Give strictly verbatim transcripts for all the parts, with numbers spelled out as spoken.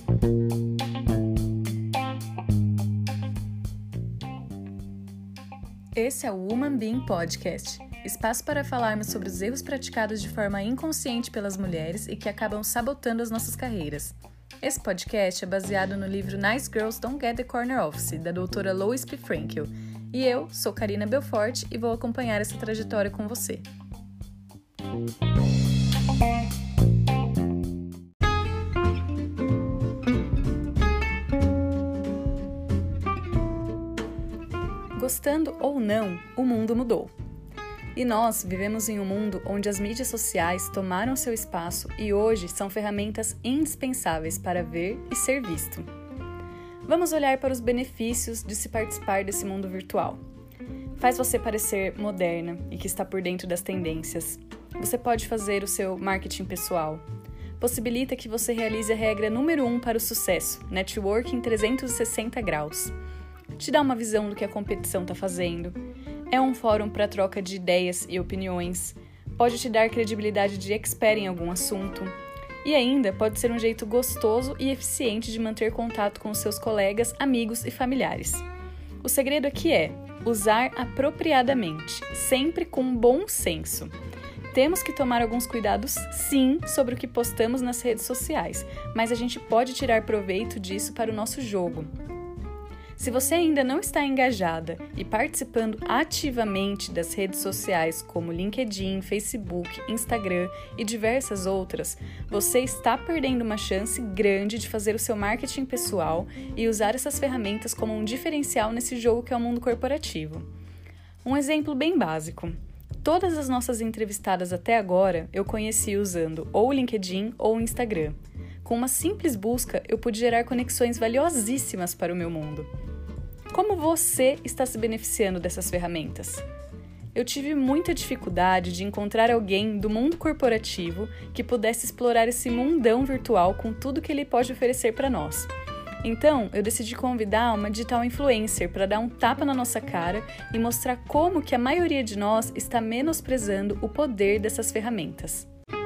Esse é o Woman Being Podcast, espaço para falarmos sobre os erros praticados de forma inconsciente pelas mulheres e que acabam sabotando as nossas carreiras. Esse podcast é baseado no livro Nice Girls Don't Get the Corner Office, da doutora Lois P. Frankel, e eu sou Karina Belfort e vou acompanhar essa trajetória com você. Gostando ou não, o mundo mudou. E nós vivemos em um mundo onde as mídias sociais tomaram seu espaço e hoje são ferramentas indispensáveis para ver e ser visto. Vamos olhar para os benefícios de se participar desse mundo virtual. Faz você parecer moderna e que está por dentro das tendências. Você pode fazer o seu marketing pessoal. Possibilita que você realize a regra número um para o sucesso, Networking trezentos e sessenta graus. Te dá uma visão do que a competição está fazendo. É um fórum para troca de ideias e opiniões. Pode te dar credibilidade de expert em algum assunto. E ainda pode ser um jeito gostoso e eficiente de manter contato com os seus colegas, amigos e familiares. O segredo aqui é usar apropriadamente, sempre com bom senso. Temos que tomar alguns cuidados, sim, sobre o que postamos nas redes sociais, mas a gente pode tirar proveito disso para o nosso jogo. Se você ainda não está engajada e participando ativamente das redes sociais como LinkedIn, Facebook, Instagram e diversas outras, você está perdendo uma chance grande de fazer o seu marketing pessoal e usar essas ferramentas como um diferencial nesse jogo que é o mundo corporativo. Um exemplo bem básico. Todas as nossas entrevistadas até agora eu conheci usando ou o LinkedIn ou o Instagram. Com uma simples busca, eu pude gerar conexões valiosíssimas para o meu mundo. Como você está se beneficiando dessas ferramentas? Eu tive muita dificuldade de encontrar alguém do mundo corporativo que pudesse explorar esse mundão virtual com tudo que ele pode oferecer para nós. Então, eu decidi convidar uma digital influencer para dar um tapa na nossa cara e mostrar como que a maioria de nós está menosprezando o poder dessas ferramentas.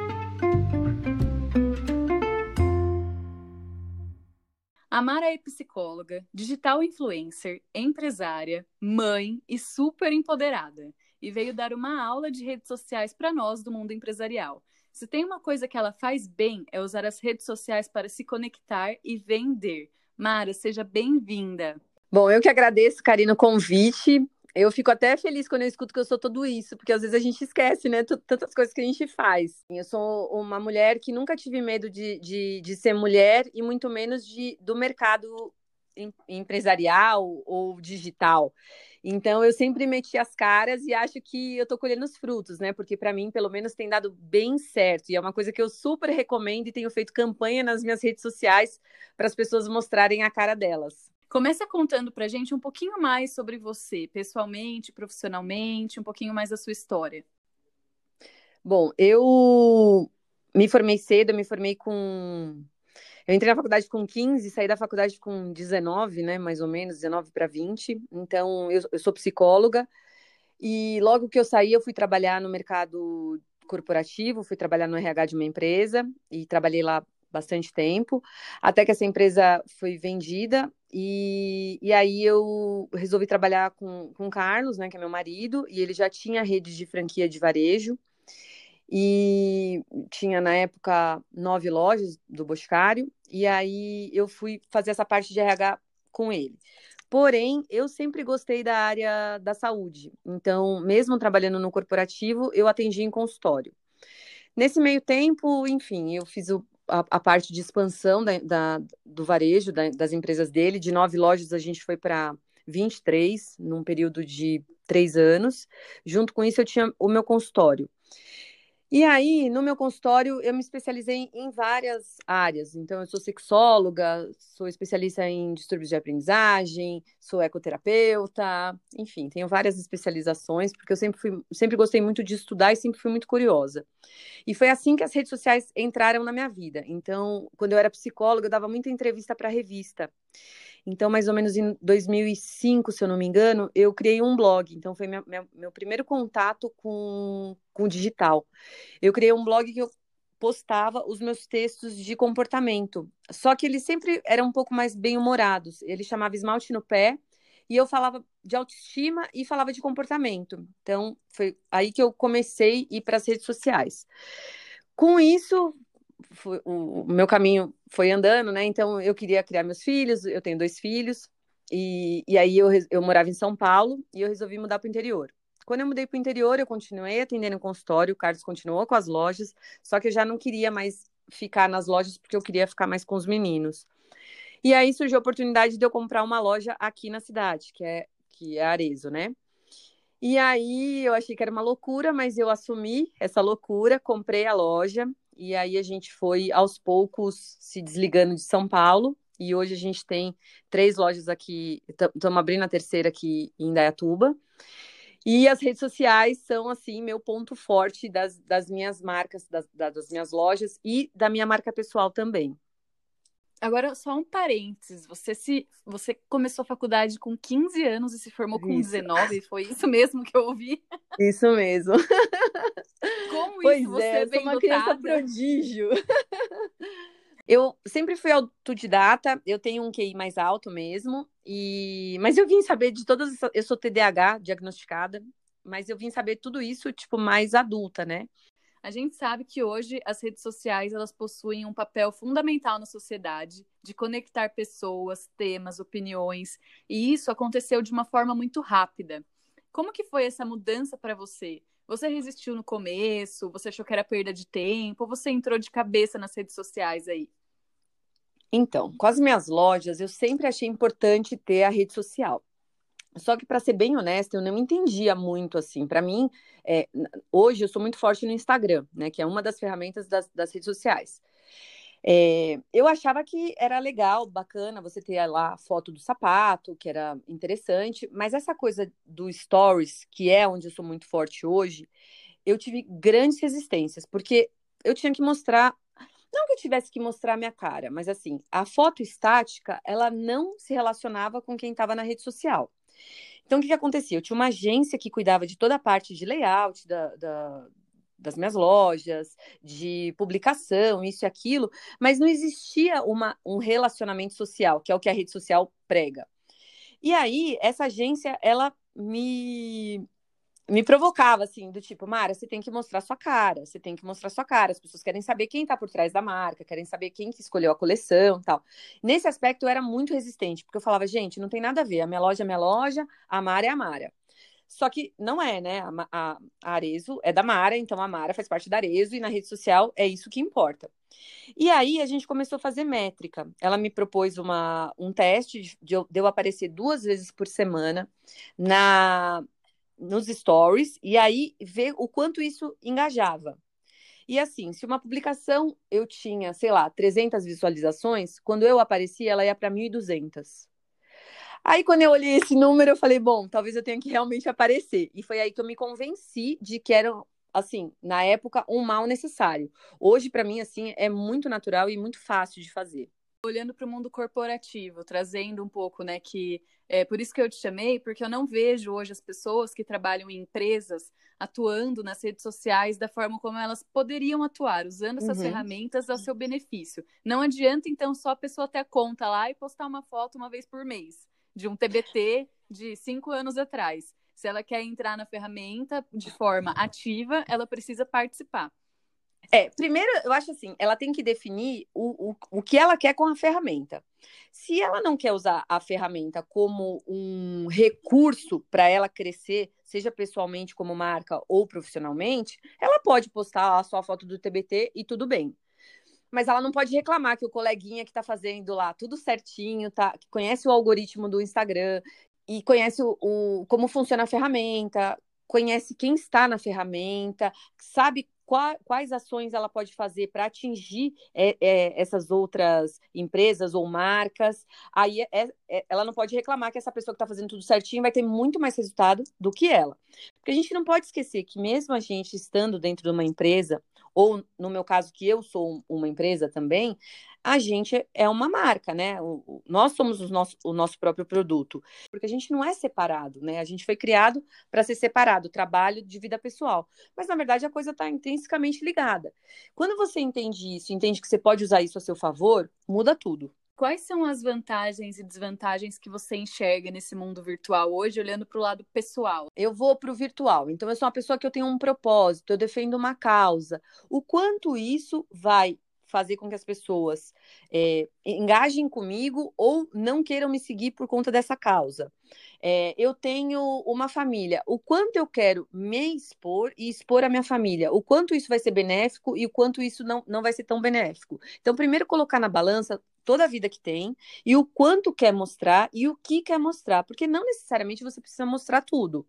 A Mara é psicóloga, digital influencer, empresária, mãe e super empoderada. E veio dar uma aula de redes sociais para nós do mundo empresarial. Se tem uma coisa que ela faz bem, é usar as redes sociais para se conectar e vender. Mara, seja bem-vinda. Bom, eu que agradeço, Karina, o convite. Eu fico até feliz quando eu escuto que eu sou tudo isso, porque às vezes a gente esquece, né? T- Tantas coisas que a gente faz. Eu sou uma mulher que nunca tive medo de, de, de ser mulher e muito menos de, do mercado em- empresarial ou digital. Então, eu sempre meti as caras e acho que eu tô colhendo os frutos, né? Porque para mim, pelo menos, tem dado bem certo. E é uma coisa que eu super recomendo e tenho feito campanha nas minhas redes sociais para as pessoas mostrarem a cara delas. Começa contando pra gente um pouquinho mais sobre você, pessoalmente, profissionalmente, um pouquinho mais da sua história. Bom, eu me formei cedo, eu me formei com... Eu entrei na faculdade com quinze, saí da faculdade com dezenove, né, mais ou menos, dezenove para vinte. Então, eu, eu sou psicóloga e logo que eu saí, eu fui trabalhar no mercado corporativo, fui trabalhar no R H de uma empresa e trabalhei lá bastante tempo, até que essa empresa foi vendida e, e aí eu resolvi trabalhar com, com o Carlos, né, que é meu marido, e ele já tinha rede de franquia de varejo e tinha na época nove lojas do Boticário, e aí eu fui fazer essa parte de R H com ele. Porém, eu sempre gostei da área da saúde, então, mesmo trabalhando no corporativo, eu atendi em consultório. Nesse meio tempo, enfim, eu fiz o, a, a parte de expansão da, da, do varejo, da, das empresas dele. De nove lojas, a gente foi para vinte e três, num período de três anos. Junto com isso, eu tinha o meu consultório. E aí, no meu consultório, eu me especializei em várias áreas. Então, eu sou sexóloga, sou especialista em distúrbios de aprendizagem, sou ecoterapeuta, enfim, tenho várias especializações, porque eu sempre fui, sempre gostei muito de estudar e sempre fui muito curiosa. E foi assim que as redes sociais entraram na minha vida. Então, quando eu era psicóloga, eu dava muita entrevista para revista. Então, mais ou menos em dois mil e cinco, se eu não me engano, eu criei um blog. Então, foi minha, minha, meu primeiro contato com, com o digital. Eu criei um blog que eu postava os meus textos de comportamento. Só que eles sempre eram um pouco mais bem-humorados. Ele chamava Esmalte no Pé, e eu falava de autoestima e falava de comportamento. Então, foi aí que eu comecei a ir para as redes sociais. Com isso, foi, o, o meu caminho foi andando, né? Então, eu queria criar meus filhos, eu tenho dois filhos, e, e aí eu, eu morava em São Paulo, e eu resolvi mudar para o interior. Quando eu mudei para o interior, eu continuei atendendo em consultório, o Carlos continuou com as lojas, só que eu já não queria mais ficar nas lojas, porque eu queria ficar mais com os meninos. E aí surgiu a oportunidade de eu comprar uma loja aqui na cidade, que é, que é Arezzo, né? E aí eu achei que era uma loucura, mas eu assumi essa loucura, comprei a loja, e aí a gente foi aos poucos se desligando de São Paulo, e hoje a gente tem três lojas aqui, estamos abrindo a terceira aqui em Indaiatuba. E as redes sociais são, assim, meu ponto forte das, das minhas marcas, das, das minhas lojas e da minha marca pessoal também. Agora, só um parênteses. Você, se, você começou a faculdade com quinze anos e se formou com Isso. dezenove? Foi isso mesmo que eu ouvi? Isso mesmo. Como Pois isso? Você é, é eu sou bem uma criança dotada? prodígio. Eu sempre fui autodidata, eu tenho um Q I mais alto mesmo, e... mas eu vim saber de todas essas... Eu sou T D A H diagnosticada, mas eu vim saber tudo isso, tipo, mais adulta, né? A gente sabe que hoje as redes sociais elas possuem um papel fundamental na sociedade de conectar pessoas, temas, opiniões, e isso aconteceu de uma forma muito rápida. Como que foi essa mudança para você? Você resistiu no começo? Você achou que era perda de tempo? Ou você entrou de cabeça nas redes sociais aí? Então, com as minhas lojas, eu sempre achei importante ter a rede social. Só que, para ser bem honesta, eu não entendia muito assim. Para mim, é, hoje eu sou muito forte no Instagram, né? Que é uma das ferramentas das, das redes sociais. É, eu achava que era legal, bacana você ter lá a foto do sapato, que era interessante, mas essa coisa do Stories, que é onde eu sou muito forte hoje, eu tive grandes resistências, porque eu tinha que mostrar, não que eu tivesse que mostrar a minha cara, mas assim, a foto estática, ela não se relacionava com quem estava na rede social. Então, o que que acontecia? Eu tinha uma agência que cuidava de toda a parte de layout da, da, das minhas lojas, de publicação, isso e aquilo, mas não existia uma, um relacionamento social, que é o que a rede social prega. E aí, essa agência, ela me, me provocava, assim, do tipo, Mara, você tem que mostrar sua cara, você tem que mostrar sua cara, as pessoas querem saber quem tá por trás da marca, querem saber quem que escolheu a coleção e tal. Nesse aspecto, eu era muito resistente, porque eu falava, gente, não tem nada a ver, a minha loja é a minha loja, a Mara é a Mara. Só que não é, né? A, a, a Arezzo é da Mara, então a Mara faz parte da Arezzo e na rede social é isso que importa. E aí a gente começou a fazer métrica. Ela me propôs uma, um teste de, de eu aparecer duas vezes por semana na, nos stories e aí ver o quanto isso engajava. E assim, se uma publicação eu tinha, sei lá, trezentas visualizações, quando eu aparecia, ela ia para mil e duzentas. Aí, quando eu olhei esse número, eu falei, bom, talvez eu tenha que realmente aparecer. E foi aí que eu me convenci de que era, assim, na época, um mal necessário. Hoje, para mim, assim, é muito natural e muito fácil de fazer. Olhando para o mundo corporativo, trazendo um pouco, né, que é por isso que eu te chamei, porque eu não vejo hoje as pessoas que trabalham em empresas atuando nas redes sociais da forma como elas poderiam atuar, usando essas Uhum. ferramentas ao seu benefício. Não adianta, então, só a pessoa ter a conta lá e postar uma foto uma vez por mês, de um T B T de cinco anos atrás. Se ela quer entrar na ferramenta de forma ativa, ela precisa participar. É, primeiro, eu acho assim, ela tem que definir o, o, o que ela quer com a ferramenta. Se ela não quer usar a ferramenta como um recurso para ela crescer, seja pessoalmente como marca ou profissionalmente, ela pode postar a sua foto do T B T e tudo bem. Mas ela não pode reclamar que o coleguinha que está fazendo lá tudo certinho, tá, que conhece o algoritmo do Instagram e conhece o, o como funciona a ferramenta, conhece quem está na ferramenta, sabe Qua, quais ações ela pode fazer para atingir é, é, essas outras empresas ou marcas. Aí é, é, ela não pode reclamar que essa pessoa que está fazendo tudo certinho vai ter muito mais resultado do que ela. Porque a gente não pode esquecer que mesmo a gente estando dentro de uma empresa ou no meu caso, que eu sou uma empresa também, a gente é uma marca, né? O, o, nós somos o nosso, o nosso próprio produto, porque a gente não é separado, né? A gente foi criado para ser separado, trabalho de vida pessoal. Mas, na verdade, a coisa está intrinsecamente ligada. Quando você entende isso, entende que você pode usar isso a seu favor, muda tudo. Quais são as vantagens e desvantagens que você enxerga nesse mundo virtual hoje, olhando para o lado pessoal? Eu vou para o virtual, então eu sou uma pessoa que eu tenho um propósito, eu defendo uma causa. O quanto isso vai fazer com que as pessoas é, engajem comigo ou não queiram me seguir por conta dessa causa. É, eu tenho uma família, o quanto eu quero me expor e expor a minha família, o quanto isso vai ser benéfico e o quanto isso não, não vai ser tão benéfico. Então, primeiro colocar na balança toda a vida que tem e o quanto quer mostrar e o que quer mostrar, porque não necessariamente você precisa mostrar tudo.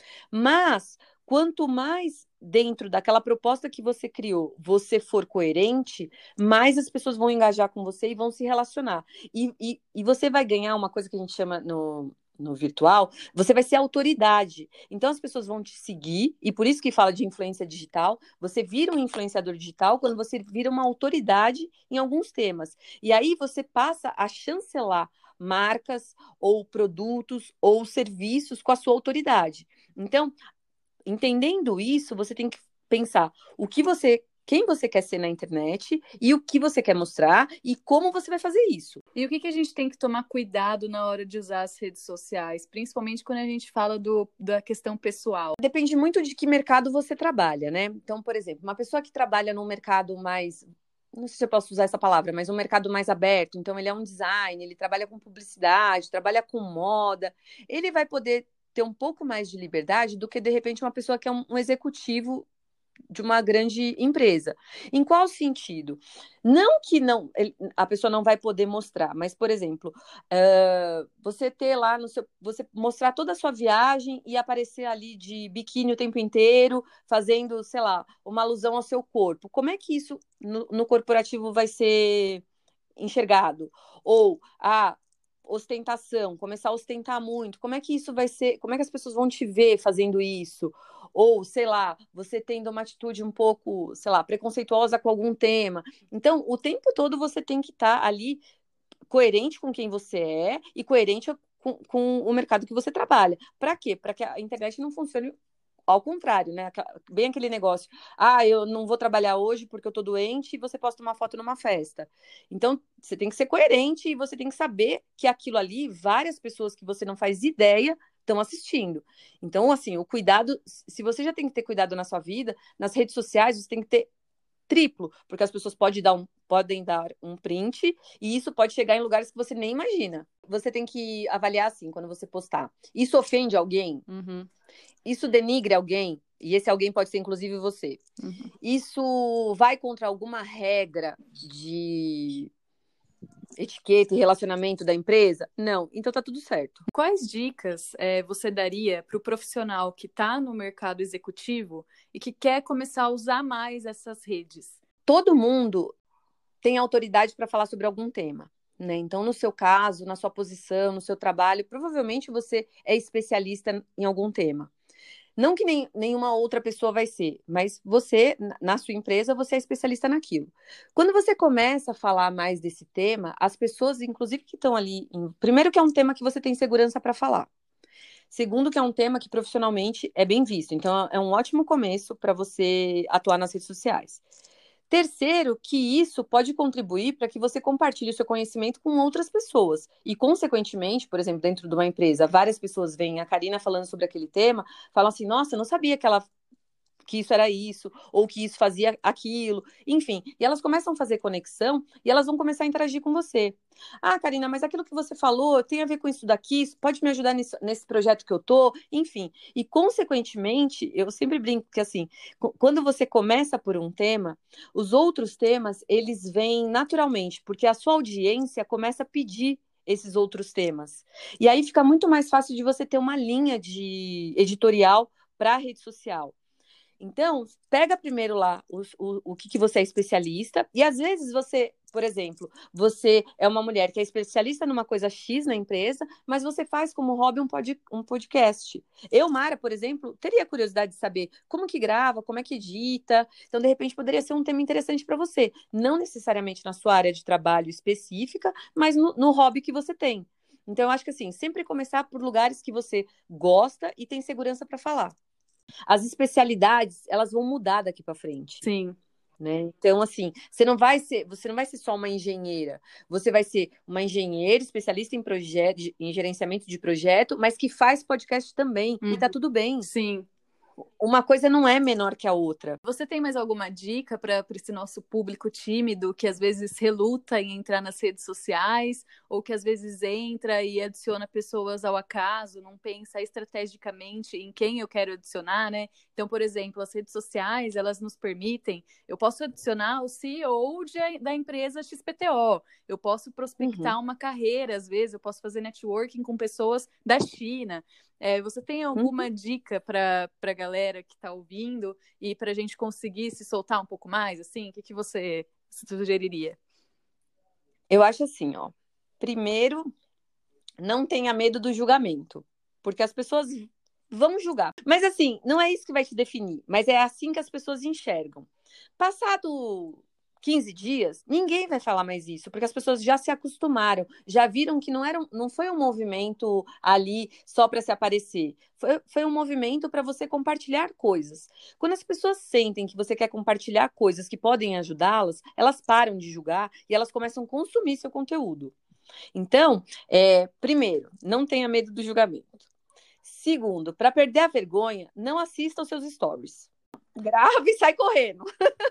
Mas quanto mais dentro daquela proposta que você criou, você for coerente, mais as pessoas vão engajar com você e vão se relacionar. E, e, e você vai ganhar uma coisa que a gente chama no, no virtual, você vai ser autoridade. Então as pessoas vão te seguir, e por isso que fala de influência digital, você vira um influenciador digital quando você vira uma autoridade em alguns temas. E aí você passa a chancelar marcas ou produtos ou serviços com a sua autoridade. Então, entendendo isso, você tem que pensar o que você, quem você quer ser na internet e o que você quer mostrar e como você vai fazer isso. E o que, que a gente tem que tomar cuidado na hora de usar as redes sociais, principalmente quando a gente fala do, da questão pessoal? Depende muito de que mercado você trabalha, né? Então, por exemplo, uma pessoa que trabalha num mercado mais, não sei se eu posso usar essa palavra, mas um mercado mais aberto, então ele é um design, ele trabalha com publicidade, trabalha com moda, ele vai poder ter um pouco mais de liberdade do que, de repente, uma pessoa que é um, um executivo de uma grande empresa. Em qual sentido? Não que não a pessoa não vai poder mostrar, mas, por exemplo, uh, você ter lá no seu. Você mostrar toda a sua viagem e aparecer ali de biquíni o tempo inteiro, fazendo, sei lá, uma alusão ao seu corpo. Como é que isso no, no corporativo vai ser enxergado? Ou, ah, ostentação, começar a ostentar muito, como é que isso vai ser, como é que as pessoas vão te ver fazendo isso? Ou, sei lá, você tendo uma atitude um pouco, sei lá, preconceituosa com algum tema. Então, o tempo todo você tem que estar tá ali coerente com quem você é e coerente com, com o mercado que você trabalha. Para quê? Para que a internet não funcione ao contrário, né? Bem aquele negócio. Ah, eu não vou trabalhar hoje porque eu tô doente e você posta uma foto numa festa. Então, você tem que ser coerente e você tem que saber que aquilo ali, várias pessoas que você não faz ideia estão assistindo. Então, assim, o cuidado, se você já tem que ter cuidado na sua vida, nas redes sociais, você tem que ter triplo, porque as pessoas podem dar um, podem dar um print e isso pode chegar em lugares que você nem imagina. Você tem que avaliar assim, quando você postar. Isso ofende alguém? Uhum. Isso denigre alguém? E esse alguém pode ser inclusive você. Uhum. Isso vai contra alguma regra de etiqueta e relacionamento da empresa? Não. Então tá tudo certo. Quais dicas é, você daria para o profissional que está no mercado executivo e que quer começar a usar mais essas redes? Todo mundo tem autoridade para falar sobre algum tema, né? Então, no seu caso, na sua posição, no seu trabalho, provavelmente você é especialista em algum tema. Não que nem, nenhuma outra pessoa vai ser, mas você, na sua empresa, você é especialista naquilo. Quando você começa a falar mais desse tema, as pessoas, inclusive que estão ali, em... primeiro que é um tema que você tem segurança para falar. Segundo que é um tema que profissionalmente é bem visto. Então, é um ótimo começo para você atuar nas redes sociais. Terceiro, que isso pode contribuir para que você compartilhe o seu conhecimento com outras pessoas. E, consequentemente, por exemplo, dentro de uma empresa, várias pessoas veem a Karina falando sobre aquele tema, falam assim, nossa, eu não sabia que ela... que isso era isso, ou que isso fazia aquilo, enfim. E elas começam a fazer conexão e elas vão começar a interagir com você. Ah, Karina, mas aquilo que você falou tem a ver com isso daqui, isso pode me ajudar nesse, nesse projeto que eu tô, enfim. E, consequentemente, eu sempre brinco que, assim, quando você começa por um tema, os outros temas, eles vêm naturalmente, porque a sua audiência começa a pedir esses outros temas. E aí fica muito mais fácil de você ter uma linha de editorial para a rede social. Então, pega primeiro lá o, o, o que, que você é especialista, e às vezes você, por exemplo, você é uma mulher que é especialista numa coisa X na empresa, mas você faz como hobby um, pod, um podcast. Eu, Mara, por exemplo, teria curiosidade de saber como que grava, como é que edita, então, de repente, poderia ser um tema interessante para você, não necessariamente na sua área de trabalho específica, mas no, no hobby que você tem. Então, eu acho que assim, sempre começar por lugares que você gosta e tem segurança para falar. As especialidades, elas vão mudar daqui para frente. Sim. Né? Então, assim, você não vai ser, você não vai ser só uma engenheira, você vai ser uma engenheira especialista em projeto, em gerenciamento de projeto, mas que faz podcast também, Uhum. e tá tudo bem. Sim. Uma coisa não é menor que a outra. Você tem mais alguma dica para esse nosso público tímido que às vezes reluta em entrar nas redes sociais ou que às vezes entra e adiciona pessoas ao acaso, não pensa estrategicamente em quem eu quero adicionar, né? Então, por exemplo, as redes sociais, elas nos permitem, eu posso adicionar o C E O de, da empresa X P T O, eu posso prospectar uhum. uma carreira, às vezes, eu posso fazer networking com pessoas da China. É, você tem alguma uhum. dica para a galera que está ouvindo e para a gente conseguir se soltar um pouco mais? Assim, o que, que você sugeriria? Eu acho assim, ó. Primeiro, não tenha medo do julgamento, porque as pessoas vão julgar. Mas assim, não é isso que vai te definir, mas é assim que as pessoas enxergam. Passado quinze dias, ninguém vai falar mais isso, porque as pessoas já se acostumaram, já viram que não, era, não foi um movimento ali só para se aparecer, foi, foi um movimento para você compartilhar coisas. Quando as pessoas sentem que você quer compartilhar coisas que podem ajudá-las, elas param de julgar e elas começam a consumir seu conteúdo. Então, é, primeiro, não tenha medo do julgamento. Segundo, para perder a vergonha, não assista aos seus stories. Grava e sai correndo.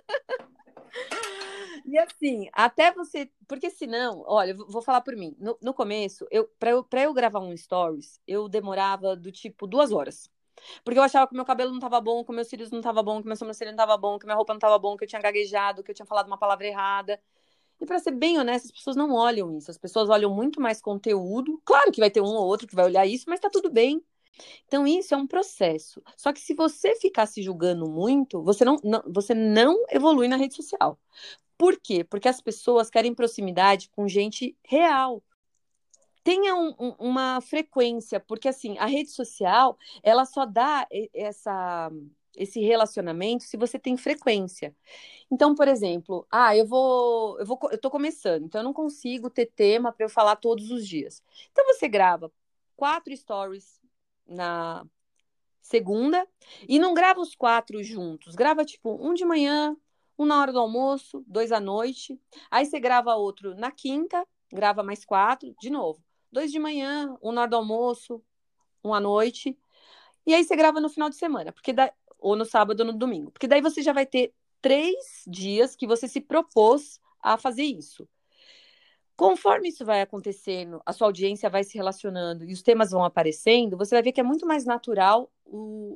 E assim, até você... Porque senão, olha, vou falar por mim. No, no começo, eu, para eu, pra eu gravar um stories, eu demorava do tipo duas horas. Porque eu achava que meu cabelo não tava bom, que meus cílios não tava bom, que minha sobrancelha não tava bom, que minha roupa não tava bom, que eu tinha gaguejado, que eu tinha falado uma palavra errada. E para ser bem honesta, as pessoas não olham isso. As pessoas olham muito mais conteúdo. Claro que vai ter um ou outro que vai olhar isso, mas tá tudo bem. Então, isso é um processo. Só que se você ficar se julgando muito, você não, não, você não evolui na rede social. Por quê? Porque as pessoas querem proximidade com gente real. Tenha um, um, uma frequência, porque assim, a rede social, ela só dá essa, esse relacionamento se você tem frequência. Então, por exemplo, ah, eu vou, eu vou, eu tô começando, então eu não consigo ter tema para eu falar todos os dias. Então você grava quatro stories na segunda e não grava os quatro juntos, grava tipo um de manhã, um na hora do almoço, dois à noite. Aí você grava outro na quinta, grava mais quatro, de novo. Dois de manhã, um na hora do almoço, um à noite. E aí você grava no final de semana, porque da... ou no sábado ou no domingo. Porque daí você já vai ter três dias que você se propôs a fazer isso. Conforme isso vai acontecendo, a sua audiência vai se relacionando e os temas vão aparecendo, você vai ver que é muito mais natural o...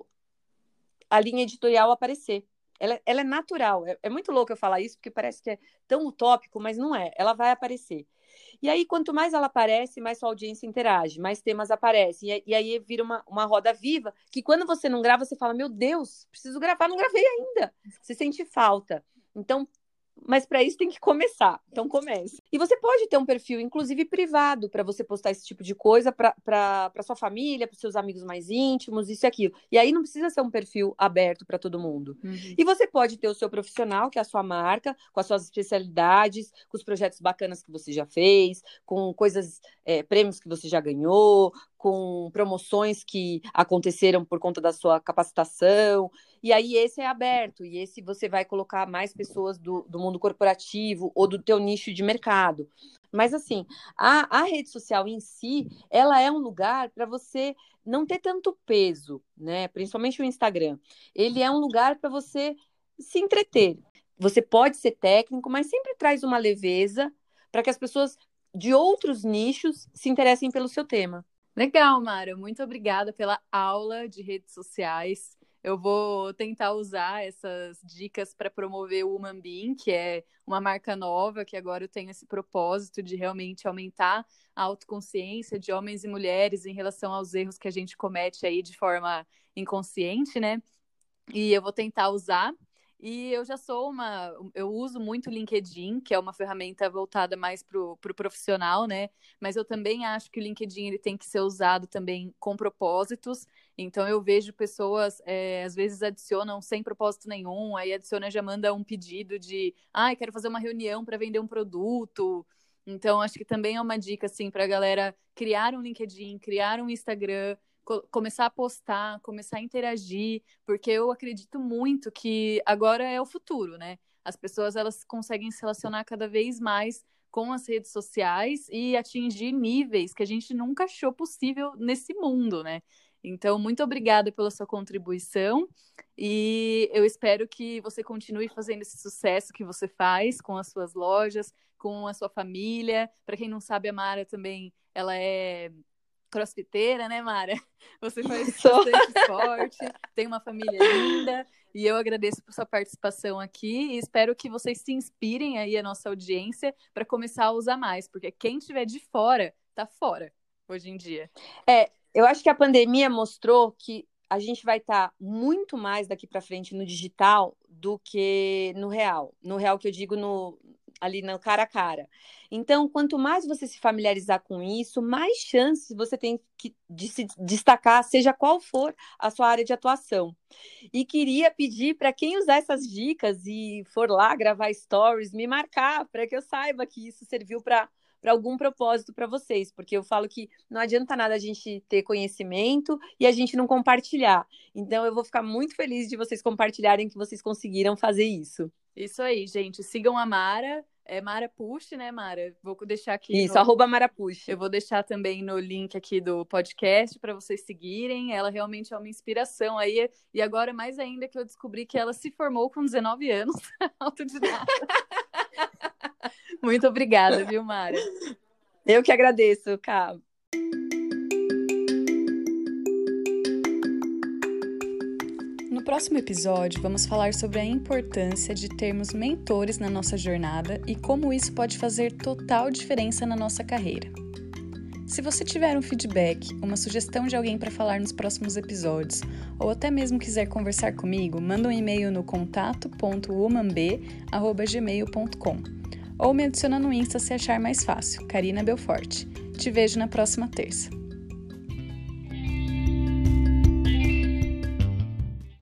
a linha editorial aparecer. Ela, ela é natural. É, é muito louco eu falar isso, porque parece que é tão utópico, mas não é. Ela vai aparecer. E aí, quanto mais ela aparece, mais sua audiência interage, mais temas aparecem. E, e aí vira uma, uma roda viva, que quando você não grava, você fala, meu Deus, preciso gravar, não gravei ainda. Você sente falta. Então, mas para isso tem que começar. Então comece. E você pode ter um perfil, inclusive privado, para você postar esse tipo de coisa para sua família, para seus amigos mais íntimos, isso e aquilo. E aí não precisa ser um perfil aberto para todo mundo. Uhum. E você pode ter o seu profissional, que é a sua marca, com as suas especialidades, com os projetos bacanas que você já fez, com coisas, é, prêmios que você já ganhou, com promoções que aconteceram por conta da sua capacitação. E aí esse é aberto, e esse você vai colocar mais pessoas do, do mundo corporativo ou do teu nicho de mercado. Mas assim, a, a rede social em si, ela é um lugar para você não ter tanto peso, né? Principalmente o Instagram. Ele é um lugar para você se entreter. Você pode ser técnico, mas sempre traz uma leveza para que as pessoas de outros nichos se interessem pelo seu tema. Legal, Mara. Muito obrigada pela aula de redes sociais. Eu vou tentar usar essas dicas para promover o Human Being, que é uma marca nova, que agora eu tenho esse propósito de realmente aumentar a autoconsciência de homens e mulheres em relação aos erros que a gente comete aí de forma inconsciente, né? e eu vou tentar usar. E eu já sou uma... Eu uso muito o LinkedIn, que é uma ferramenta voltada mais para o pro profissional, né? Mas eu também acho que o LinkedIn ele tem que ser usado também com propósitos. Então eu vejo pessoas, é, às vezes adicionam sem propósito nenhum, aí adiciona e já manda um pedido de ah, quero fazer uma reunião para vender um produto. Então acho que também é uma dica, assim, para a galera criar um LinkedIn, criar um Instagram, começar a postar, começar a interagir, porque eu acredito muito que agora é o futuro, né? As pessoas elas conseguem se relacionar cada vez mais com as redes sociais e atingir níveis que a gente nunca achou possível nesse mundo, né? Então, muito obrigada pela sua contribuição e eu espero que você continue fazendo esse sucesso que você faz com as suas lojas, com a sua família. Para quem não sabe, a Mara também, ela é crossfiteira, né, Mara? Você faz bastante esporte, tem uma família linda, e eu agradeço por sua participação aqui e espero que vocês se inspirem aí a nossa audiência para começar a usar mais, porque quem estiver de fora, tá fora hoje em dia. É, eu acho que a pandemia mostrou que a gente vai estar muito mais daqui para frente no digital do que no real. No real que eu digo no ali no cara a cara. Então, quanto mais você se familiarizar com isso, mais chances você tem que, de se destacar, seja qual for a sua área de atuação. E queria pedir para quem usar essas dicas e for lá gravar stories, me marcar, para que eu saiba que isso serviu para para algum propósito para vocês, porque eu falo que não adianta nada a gente ter conhecimento e a gente não compartilhar. Então, eu vou ficar muito feliz de vocês compartilharem que vocês conseguiram fazer isso. Isso aí, gente. Sigam a Mara. É Mara Push, né, Mara? Vou deixar aqui. Isso, no... arroba Mara Push. Eu vou deixar também no link aqui do podcast para vocês seguirem. Ela realmente é uma inspiração aí. E agora, mais ainda, que eu descobri que ela se formou com dezenove anos, autodidata. Muito obrigada, viu, Mara? Eu que agradeço, Cá. No próximo episódio, vamos falar sobre a importância de termos mentores na nossa jornada e como isso pode fazer total diferença na nossa carreira. Se você tiver um feedback, uma sugestão de alguém para falar nos próximos episódios, ou até mesmo quiser conversar comigo, manda um e-mail no contato ponto womanb arroba gmail ponto com ou me adiciona no Insta se achar mais fácil, Karina Belforte. Te vejo na próxima terça.